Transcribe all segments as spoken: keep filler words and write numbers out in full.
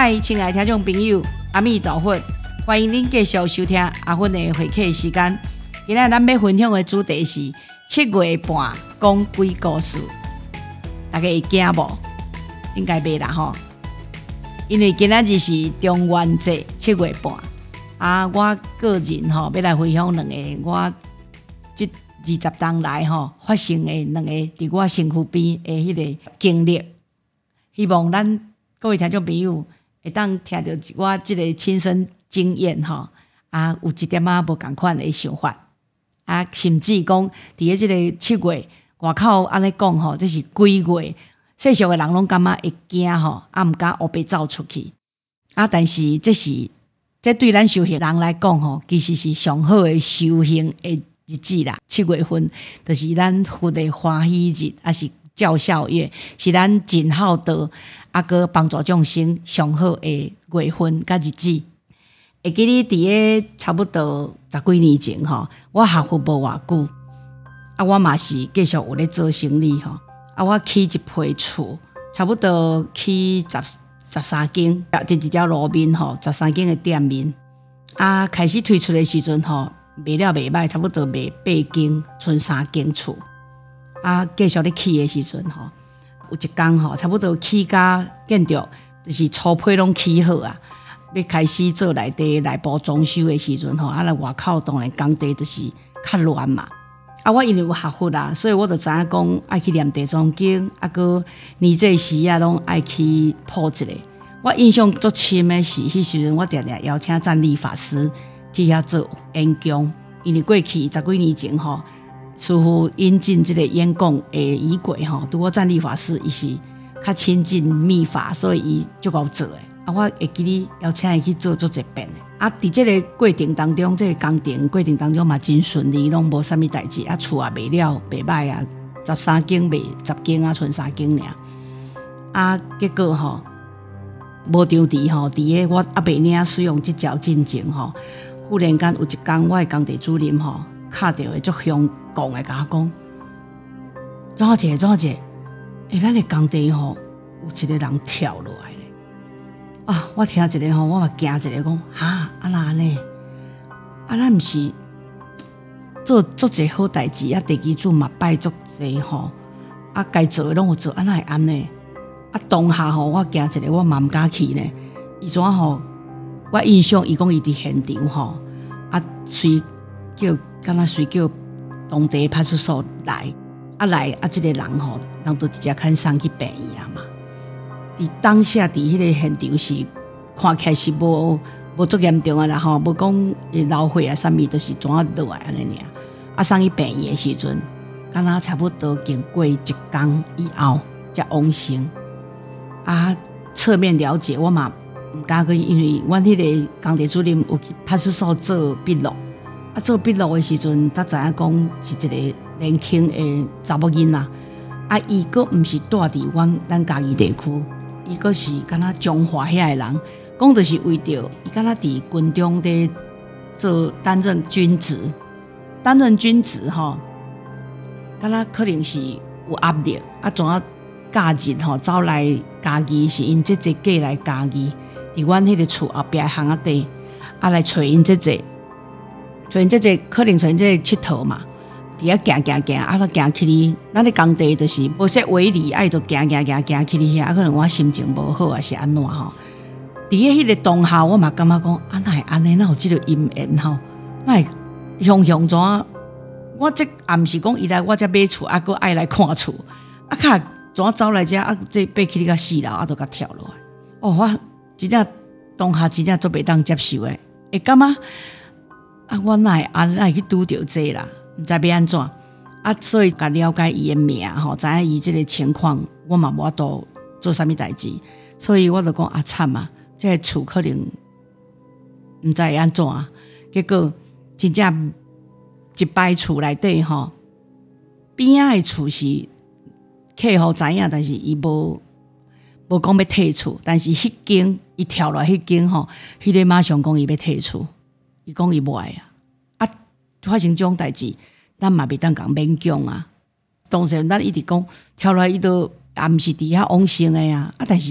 嗨，亲爱的听众朋友，阿弥陀佛，欢迎您继续收听阿芬的会客时间。今仔咱要分享的主题是七月半讲鬼故事，大家会惊无？应该袂啦吼，因为今仔日是中元节七月半啊。我个人吼要来分享两个我这二十当来吼发生的两个伫我身躯边的迄个经历，希望咱各位听众朋友会当听到我这个亲身经验吼啊，有一点仔无同款的想法啊，甚至讲伫咧这个七月外口安尼讲吼，这是鬼月。世俗的人拢感觉会惊吼，啊，毋敢黑白走出去啊。但是这是这对咱修行人来讲吼，其实是上好的修行的日子啦。七月份就是咱佛的欢喜日，啊是教孝月，是咱尽孝道啊，佮帮助众生上好的月份甲日子。会记得伫咧差不多十几年前吼，我学佛无偌久，啊，我嘛是继续有咧做生意吼。啊，我起一批厝，差不多起十十三间，就一条路面吼，十三间的店面。啊，开始推出的时阵吼，卖了袂歹，差不多卖八间，剩三间厝。啊，继续咧起的时阵吼，有一天吼，差不多起甲建筑就是初批拢起好啊，要开始做内底内部装修的时阵吼，啊，来外口当然工地就是较乱嘛。啊，我因为有学佛啦，所以我就知影讲爱去念地藏经，啊，佮年这时啊，拢爱去破一下。我印象最深的是，迄时阵我常常邀请赞利法师去遐做演讲，因为过去十几年前吼，似乎引进这个演讲的仪轨吼，拄好赞利法师伊是较亲近密法，所以伊足够做的。啊，我会记得邀请伊去做做一遍的。啊，伫这个过程当中，这个工程过程当中嘛真顺利，拢无啥物代志。啊，厝也卖了袂歹啊，十三间卖十间啊，剩三间尔。啊，结果吼，无张持吼，伫个我阿伯领使用即条进前吼，忽然间有一天，我的工地主任吼，敲到的足凶讲的，甲我讲，怎啊姐，怎啊姐，诶，咱的工地吼，有一个人跳落来。啊！我听一个吼，我嘛惊一个，讲哈啊那安尼，啊咱毋是做做一好代志啊，地基主嘛拜足济吼，啊该做的拢有做，啊那会安尼？啊当下吼，我惊一个，我嘛毋敢去呢。伊怎吼？我印象伊讲伊伫现场吼，啊随叫敢若随叫当地派出所来，啊来啊，即个人吼，人都直接看送去病院啊嘛。伫当下伫迄个现场是看起来是无无足严重啊啦吼，无讲会流血啊，啥物都是怎啊落来安尼尔。啊，送去病院的时阵，敢若差不多经过一工以后才往生。啊，侧面了解我嘛毋敢去，因为阮迄个工地主任有去派出所做笔录，啊做笔录的时阵，才知影讲是一个年轻的查某囡仔，啊伊佫毋是住伫阮咱家己地区。伊个是敢若中华遐的人，讲就是为着伊敢若伫军中咧做担任军职，担任军职吼，敢若可能是有压力，啊，怎啊假日吼走来家己是因这这过来家己，伫阮迄个厝后壁巷仔底，啊来找因这这，找因这这可能找因这佚佗嘛。伫遐行行行，啊，都行去哩。咱咧工地就是无说话理，啊，就行行行行去哩遐。啊，可能我心情无好，还是安怎吼？伫咧迄个当下，我嘛感觉讲，啊，哪会安尼？哪有即个因缘吼？哪会雄雄怎？我这也毋是讲伊来我这买厝，啊，佫爱来看厝，啊，卡怎走来遮？啊，这爬去哩甲四楼，啊，都甲跳落来。哦，我真正当下真正做袂当接受诶，会感觉啊，我哪会安哪会去拄着这啦？毋知要安怎啊，所以甲了解伊的名吼，知影伊即个情况，我嘛无法度做啥物代志，所以我就讲啊惨啊，这个厝可能毋知会安怎，结果真正一摆厝内底吼，边仔的厝是客户知影，但是伊无无讲要退厝，但是迄间伊跳落迄间吼，迄个马上讲伊要退厝，伊讲伊无爱啊。发生这种代志，咱嘛袂当讲勉强啊。当时咱一直讲跳落来，伊都也毋是伫遐往生的啊。啊，但是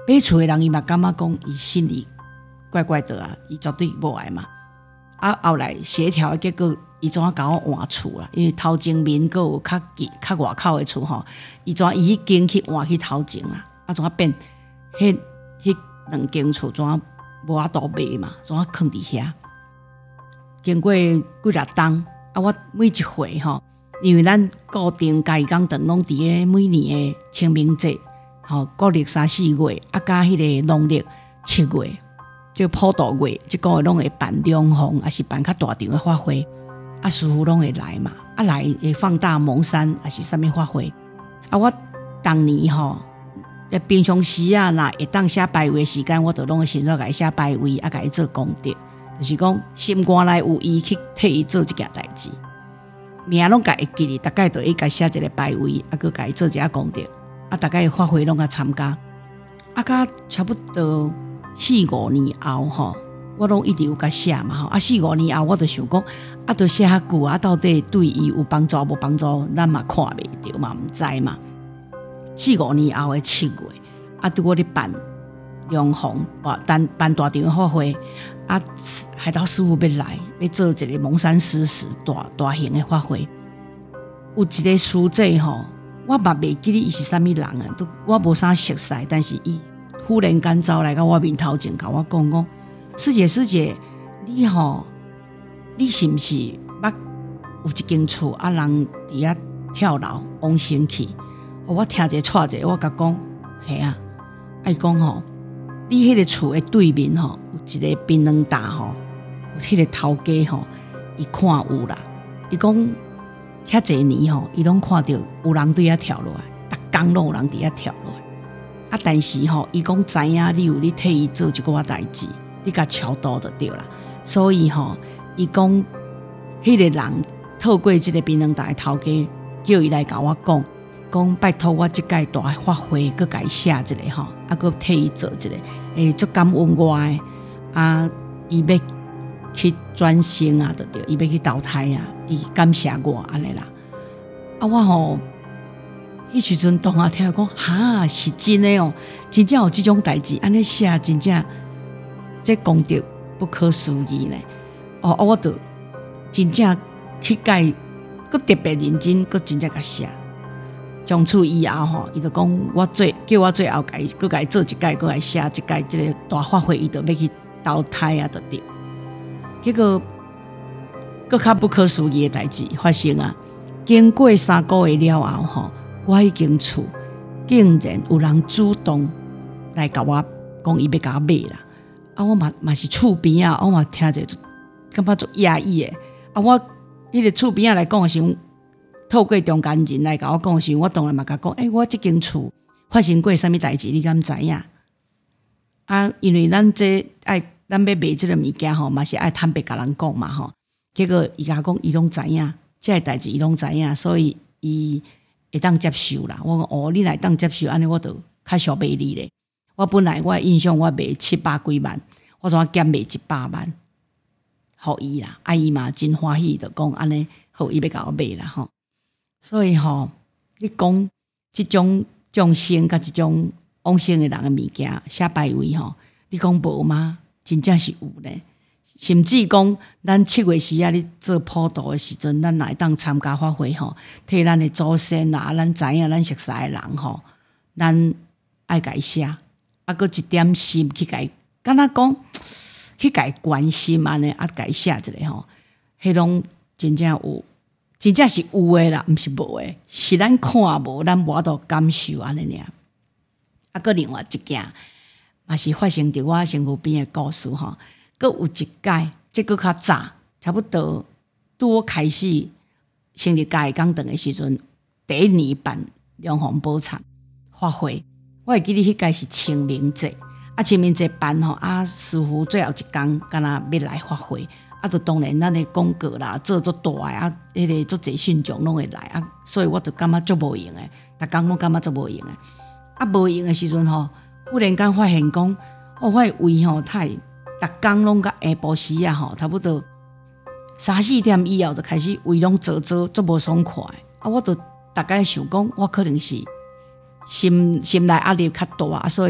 买厝的人伊嘛感觉讲伊心里怪怪的啊，伊绝对无爱嘛。啊，后来协调的结果，伊怎啊甲我换厝啦？因为头前面阁有较近较外口的厝吼，伊怎伊已经去换去头前啦？啊，怎啊变？迄迄两间厝怎啊无法度卖嘛？怎啊囥伫遐？经过几日冬，啊，我每一回吼，因为咱固定家己工堂拢伫个每年的清明节，吼，国历三四月，啊，加迄个农历七月。即普渡月，即个月拢会办龙凤，还是办较大场的法会，啊，师傅拢会来嘛，啊来会放大蒙山，还是啥物法会，啊，我当年吼，在平常时啊，若会当写拜位时间，我就拢会先做甲伊写拜位，啊，甲伊做功德，就是讲心肝内有伊去替伊做一件代志，名拢甲伊记哩，大概就伊甲写一个拜位，啊，佮甲伊做一下功德，啊，大概法会拢甲参加，啊，甲差不多。四五年后吼，我拢一直有甲写嘛吼，啊四五年后我就想讲，啊都写遐久啊，到底对伊有帮助无帮助，咱嘛看袂着嘛，毋知嘛。四五年后的七月，啊拄我咧办龙凤办办大场的法会，啊海涛师傅要来，要做一个蒙山施食大大型的法会，有一个师姐吼，我嘛袂记得伊是啥物人啊，都我无啥熟悉，但是伊。忽然间走来到我面头前，甲我讲讲，师姐师姐，你吼，你是毋是捌有一间厝啊？人伫遐跳楼往生去？我听者错者，我甲讲，系啊。伊讲吼，你迄个厝的对面吼，有一个槟榔搭吼，有迄个头家吼，伊看有啦。伊讲，遐侪年吼，伊拢看到有人伫遐跳落来，逐工拢有人伫遐跳落来。啊！但是吼，伊讲知影你有咧替伊做一寡代志，你甲超度就对啦。所以吼，伊讲迄个人透过即个槟榔搭的头家，叫伊来甲我讲，讲拜托我即届大发挥，佮甲伊写一个吼，啊，佮替伊做一个，诶，足感恩我诶，啊，伊要去转生啊，就对，伊要去投胎啊，伊感谢我安尼啦。啊，我吼。迄时阵同学听讲，哈是真诶哦，真正有即种代志，安尼写真正，这功德不可思议呢。哦，我就真正去改，佮特别认真，佮真正甲写。从此以后吼，伊就讲我最叫我最后甲伊，佮甲伊做一届，佮甲伊写一届，即个大发挥，伊就要去投胎啊，就对。结果，佮较不可思议诶代志发生啊！经过三个月了后吼。我迄间厝竟然有人主动来甲我讲，伊要甲我买啦！啊，我嘛嘛是厝边啊，我嘛听者感觉足压抑诶。啊，我迄个厝边啊来讲诶时候，透过中间人来甲我讲诶时候，我当然嘛甲讲，诶、欸，我即间厝发生过啥物代志，你敢知影？啊，因为咱这爱咱要卖即个物件吼，嘛是爱坦白甲人讲嘛吼。结果伊甲讲，伊拢知影，即个代志伊拢知影，所以伊。会当接受啦，我讲哦，你来当接受，安尼我就较小卖你咧。我本来我印象我卖七百几万，我怎减卖一百万，互伊啦。啊伊嘛真欢喜，就讲安尼，好伊要甲我卖啦吼。所以吼，你讲即种众生甲即种往生的人的物件，写拜位吼，你讲无吗？真正是有咧。甚至讲，咱七月时啊，咧做普渡的时阵，咱来当参加法会吼，替咱的祖先啊，咱知影咱熟悉的人吼，咱爱甲伊写，啊，搁一点心去甲伊，敢若讲去甲伊关心安尼，啊，甲伊写一个吼，迄拢真正有，真正是有诶啦，毋是无诶，是咱看无，咱无法度感受安尼尔。啊，搁另外一件，嘛是发生伫我身躯边诶故事吼。阁有一届，即个较早，差不多拄我开始成立家己工堂的时阵，第一年办龙凤宝忏法会，我会记得迄届是清明节，啊清明节办吼，啊师傅最后一天，敢若要来法会，啊就当然咱的广告啦，做足大诶，啊迄个足侪信众拢会来，啊所以我就感觉足无用诶，逐工拢感觉足无用诶，啊无用诶时阵吼，忽然间发现讲，哦，我的胃吼太。逐工拢甲下晡时啊吼，差不多三四点以后就开始胃拢做做足无爽快啊！我就大概想讲，我可能是心心内压力较大啊，所以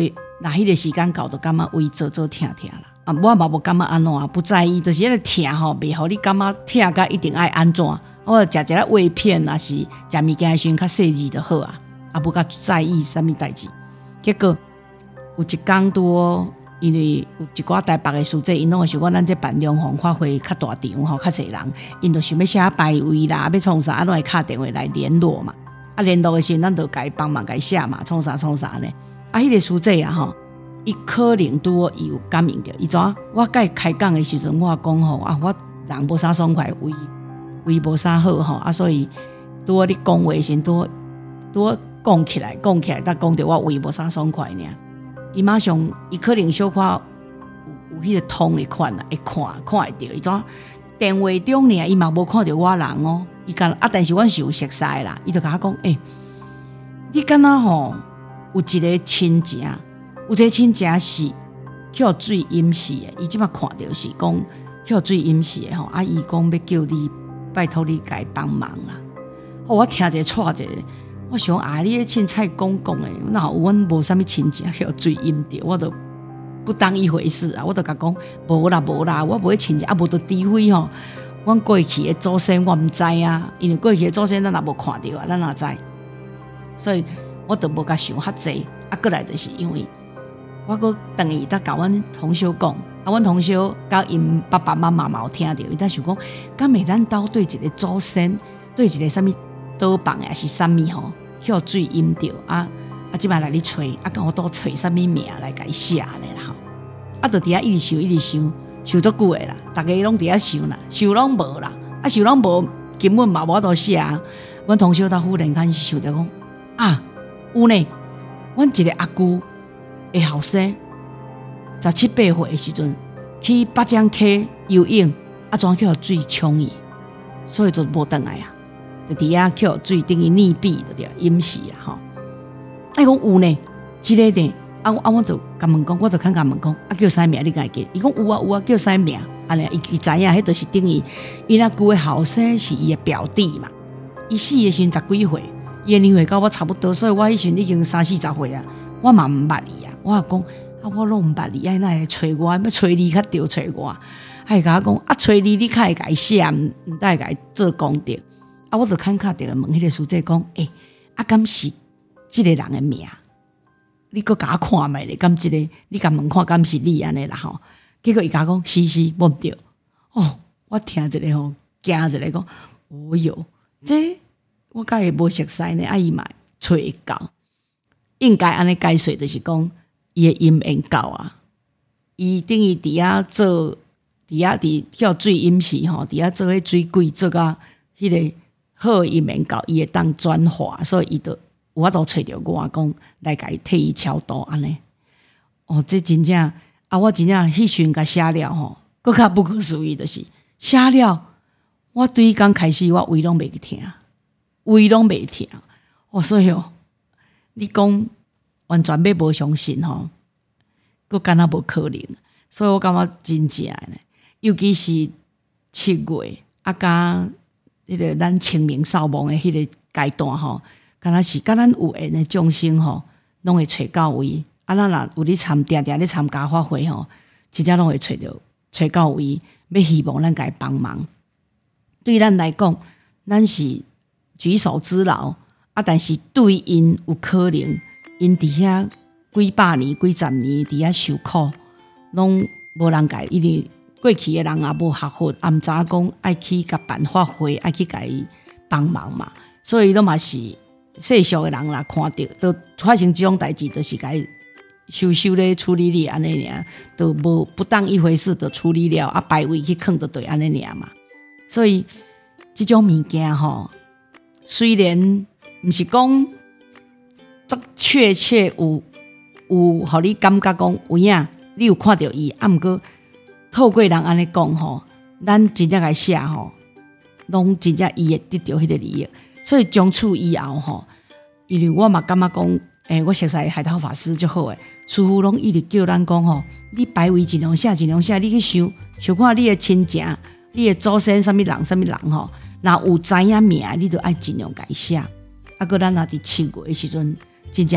那迄个时间到，就感觉胃做做疼疼啦。啊，我嘛无感觉安怎，不在意，就是迄个疼吼，袂互你感觉疼甲一定爱安怎。我食一个胃片，若是食物件的时阵较细致就好啊，啊无较在意啥物代志。结果有一工多，因为有一寡台北的书记，因拢会想讲咱这办量吼发挥较大场吼，较侪人，因就想要写排位啦，要创啥，啊，拢会敲电话来联络嘛。啊，联络的时阵，咱就该帮忙该写嘛，创啥创啥呢？啊，迄、那个书记啊吼。伊可能拄好伊有感应着，伊怎？我甲伊开讲的时阵，我讲吼啊，我人无啥爽快，胃胃无啥好吼，啊，所以拄好你讲话时，拄好拄好讲起来，讲起来，但讲着我胃无啥爽快呢。伊马上，伊可能小可有有迄个通的款啦，会看看会着，伊怎？电话中呢，伊嘛无看着我人哦，伊敢啊，但是阮是有熟悉啦，伊就甲我讲，诶、欸，你敢若吼有一个亲戚。有一个亲戚是去互水淹死的，伊即摆看到是讲去互水淹死的吼，啊，伊讲要叫你拜托你甲伊帮忙啦。哦，我听者错者，我想啊，你咧凊彩讲讲的，哪有阮无啥物亲戚去互水淹着，我都不当一回事啊，我都甲讲无啦无啦，我无咧亲戚啊，无就诋毁吼。阮过去的祖先我毋知啊，因为过去的祖先咱也无看到啊，咱哪知？所以我都无甲想遐济，啊，过来就是因为。我阁等伊才甲阮同学讲，啊，阮同学甲因爸爸妈妈嘛有听到，伊才想讲，敢会咱兜对一个祖先，对一个啥物倒放的，还是啥物吼，去互水淹着啊啊！即摆来咧找，啊，甲我倒找啥物名来甲伊写咧啦吼，啊，就伫遐一直想，一直想，想足久诶啦，逐个拢伫遐想啦，想拢无啦，啊，想拢无，根本嘛无法度写啊。阮同学他忽然间想着讲，啊，有呢，阮一个阿舅。会后生十七八岁的时阵去八江溪游泳，啊，怎去互水冲伊，所以就无倒来啊，就伫遐去互水等于溺毙就对，淹死啊吼。啊，伊讲有呢，即、這个呢，啊啊，我就甲问讲，我就肯甲问讲，啊叫啥名？你敢会记？伊讲有啊有啊，叫啥名？安尼，伊伊知影，迄著是等于伊阿舅的后生是伊的表弟嘛。伊死的时阵十几岁，伊的年岁甲我差不多，所以我迄时阵已经三四十岁啊，我嘛毋捌伊啊。我讲啊，我拢毋捌你，爱哪会找我？要找你较着找我。还甲我讲啊，找你你较会甲伊写，毋毋得甲伊做功德。啊，我就看卡着问迄个书记讲，诶、欸，啊，敢是即个人的名？你搁甲我看觅咧，敢即、這个？你甲问看，敢是你安尼啦吼？结果伊甲我讲，是是，无毋对。哦，我听一个吼，惊一个讲，哦哟，这我甲伊无熟悉呢，啊伊嘛找会到，应该安尼解说，就是讲。伊的阴缘到啊，伊等于伫遐做，伫遐伫叫水淹死吼，伫遐做迄水鬼，做甲迄个好阴缘到，伊会当转化，所以伊就有法度找着我讲来甲伊替伊超度安尼。哦，这真正啊，我真正迄时甲写了吼，更较不可思议就是写了，我对伊刚开始我胃拢袂去听，胃拢袂听，哦，所以哦，你讲。完全要无相信吼，佫敢若无可能，所以我感觉真正呢，尤其是七月啊，甲迄个咱清明扫墓的迄个阶段吼，敢若是甲咱有缘的众生吼，拢会找到位。啊，咱若有咧参定定咧参加法会吼，真正拢会找着找到位，要希望咱甲伊帮忙。对咱来讲，咱是举手之劳啊，但是对因有可能。因伫遐几百年、几十年伫遐受苦，拢无人甲伊，因为过去的人也无学佛，也毋知讲爱去甲办法会，爱去甲伊帮忙嘛。所以拢嘛是世俗的人啦，看到都发生这种代志，就是甲伊收收咧处理哩安尼尔，都无不当一回事，就处理了啊，摆位去囥就对安尼尔嘛。所以这种物件吼，虽然毋是讲。足确切有有，互你感觉讲有影，你有看到伊，啊，毋过透过人安尼讲吼，咱真正来写吼，拢真正伊会得到迄个利益。所以从此以后吼，因为我嘛感觉讲，诶、欸，我熟悉海涛法师就好诶，师父拢一直叫咱讲吼，你排位尽量写，尽量写，你去想想看你诶亲情，你诶祖先啥物人，啥物人吼，若有知影名，你就爱尽量甲伊写。啊，搁咱若伫七月诶时阵。真正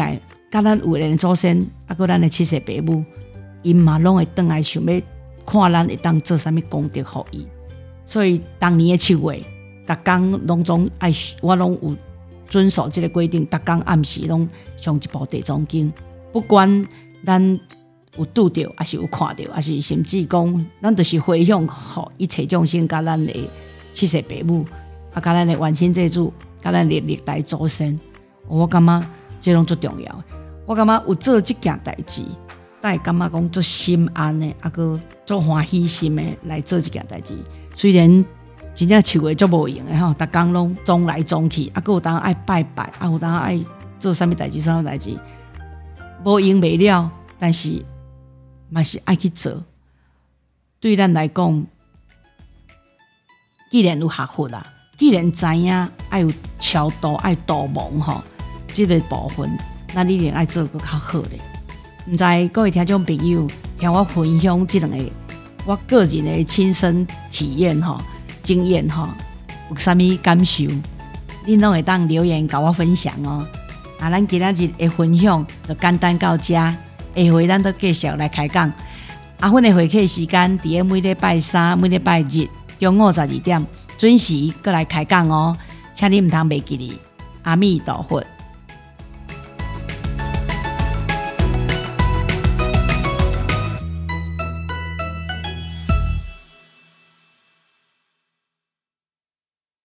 甲咱有诶祖先，啊，搁咱诶七世爸母，因嘛拢会转来想要看咱会当做啥物功德互伊。所以当年诶七月，逐工拢总爱，我拢有遵守即个规定，逐工暗时拢上一部地藏经，不管咱有拄着，还是有看着，还是甚至讲，咱就是回向互一切众生，甲咱诶七世爸母，啊，甲咱诶冤亲债主，甲咱诶历代祖先，我感觉这拢最重要。我感觉有做这件代志，但会感觉讲做心安的，啊个做欢喜心的来做这件代志。虽然真正树的足无用的吼，逐工拢总来总去，啊个有当爱拜拜，啊有当爱做啥物代志，啥物代志，无用袂了，但是嘛是爱去做。对咱来讲，既然有学佛啦，既然知影爱有超度、爱度亡吼，这个部分。咱一定爱做个较好咧。唔知各位听众朋友听我分享这两个我个人的亲身体验吼、经验吼，有啥物感受？恁拢会当留言甲我分享哦。啊，咱今仔日的分享就简单到这，下回咱都继续来开讲。阿芬的会客时间伫每礼拜三、每礼拜日中午十二点准时过来开讲哦，请你唔通袂记哩。阿弥陀佛。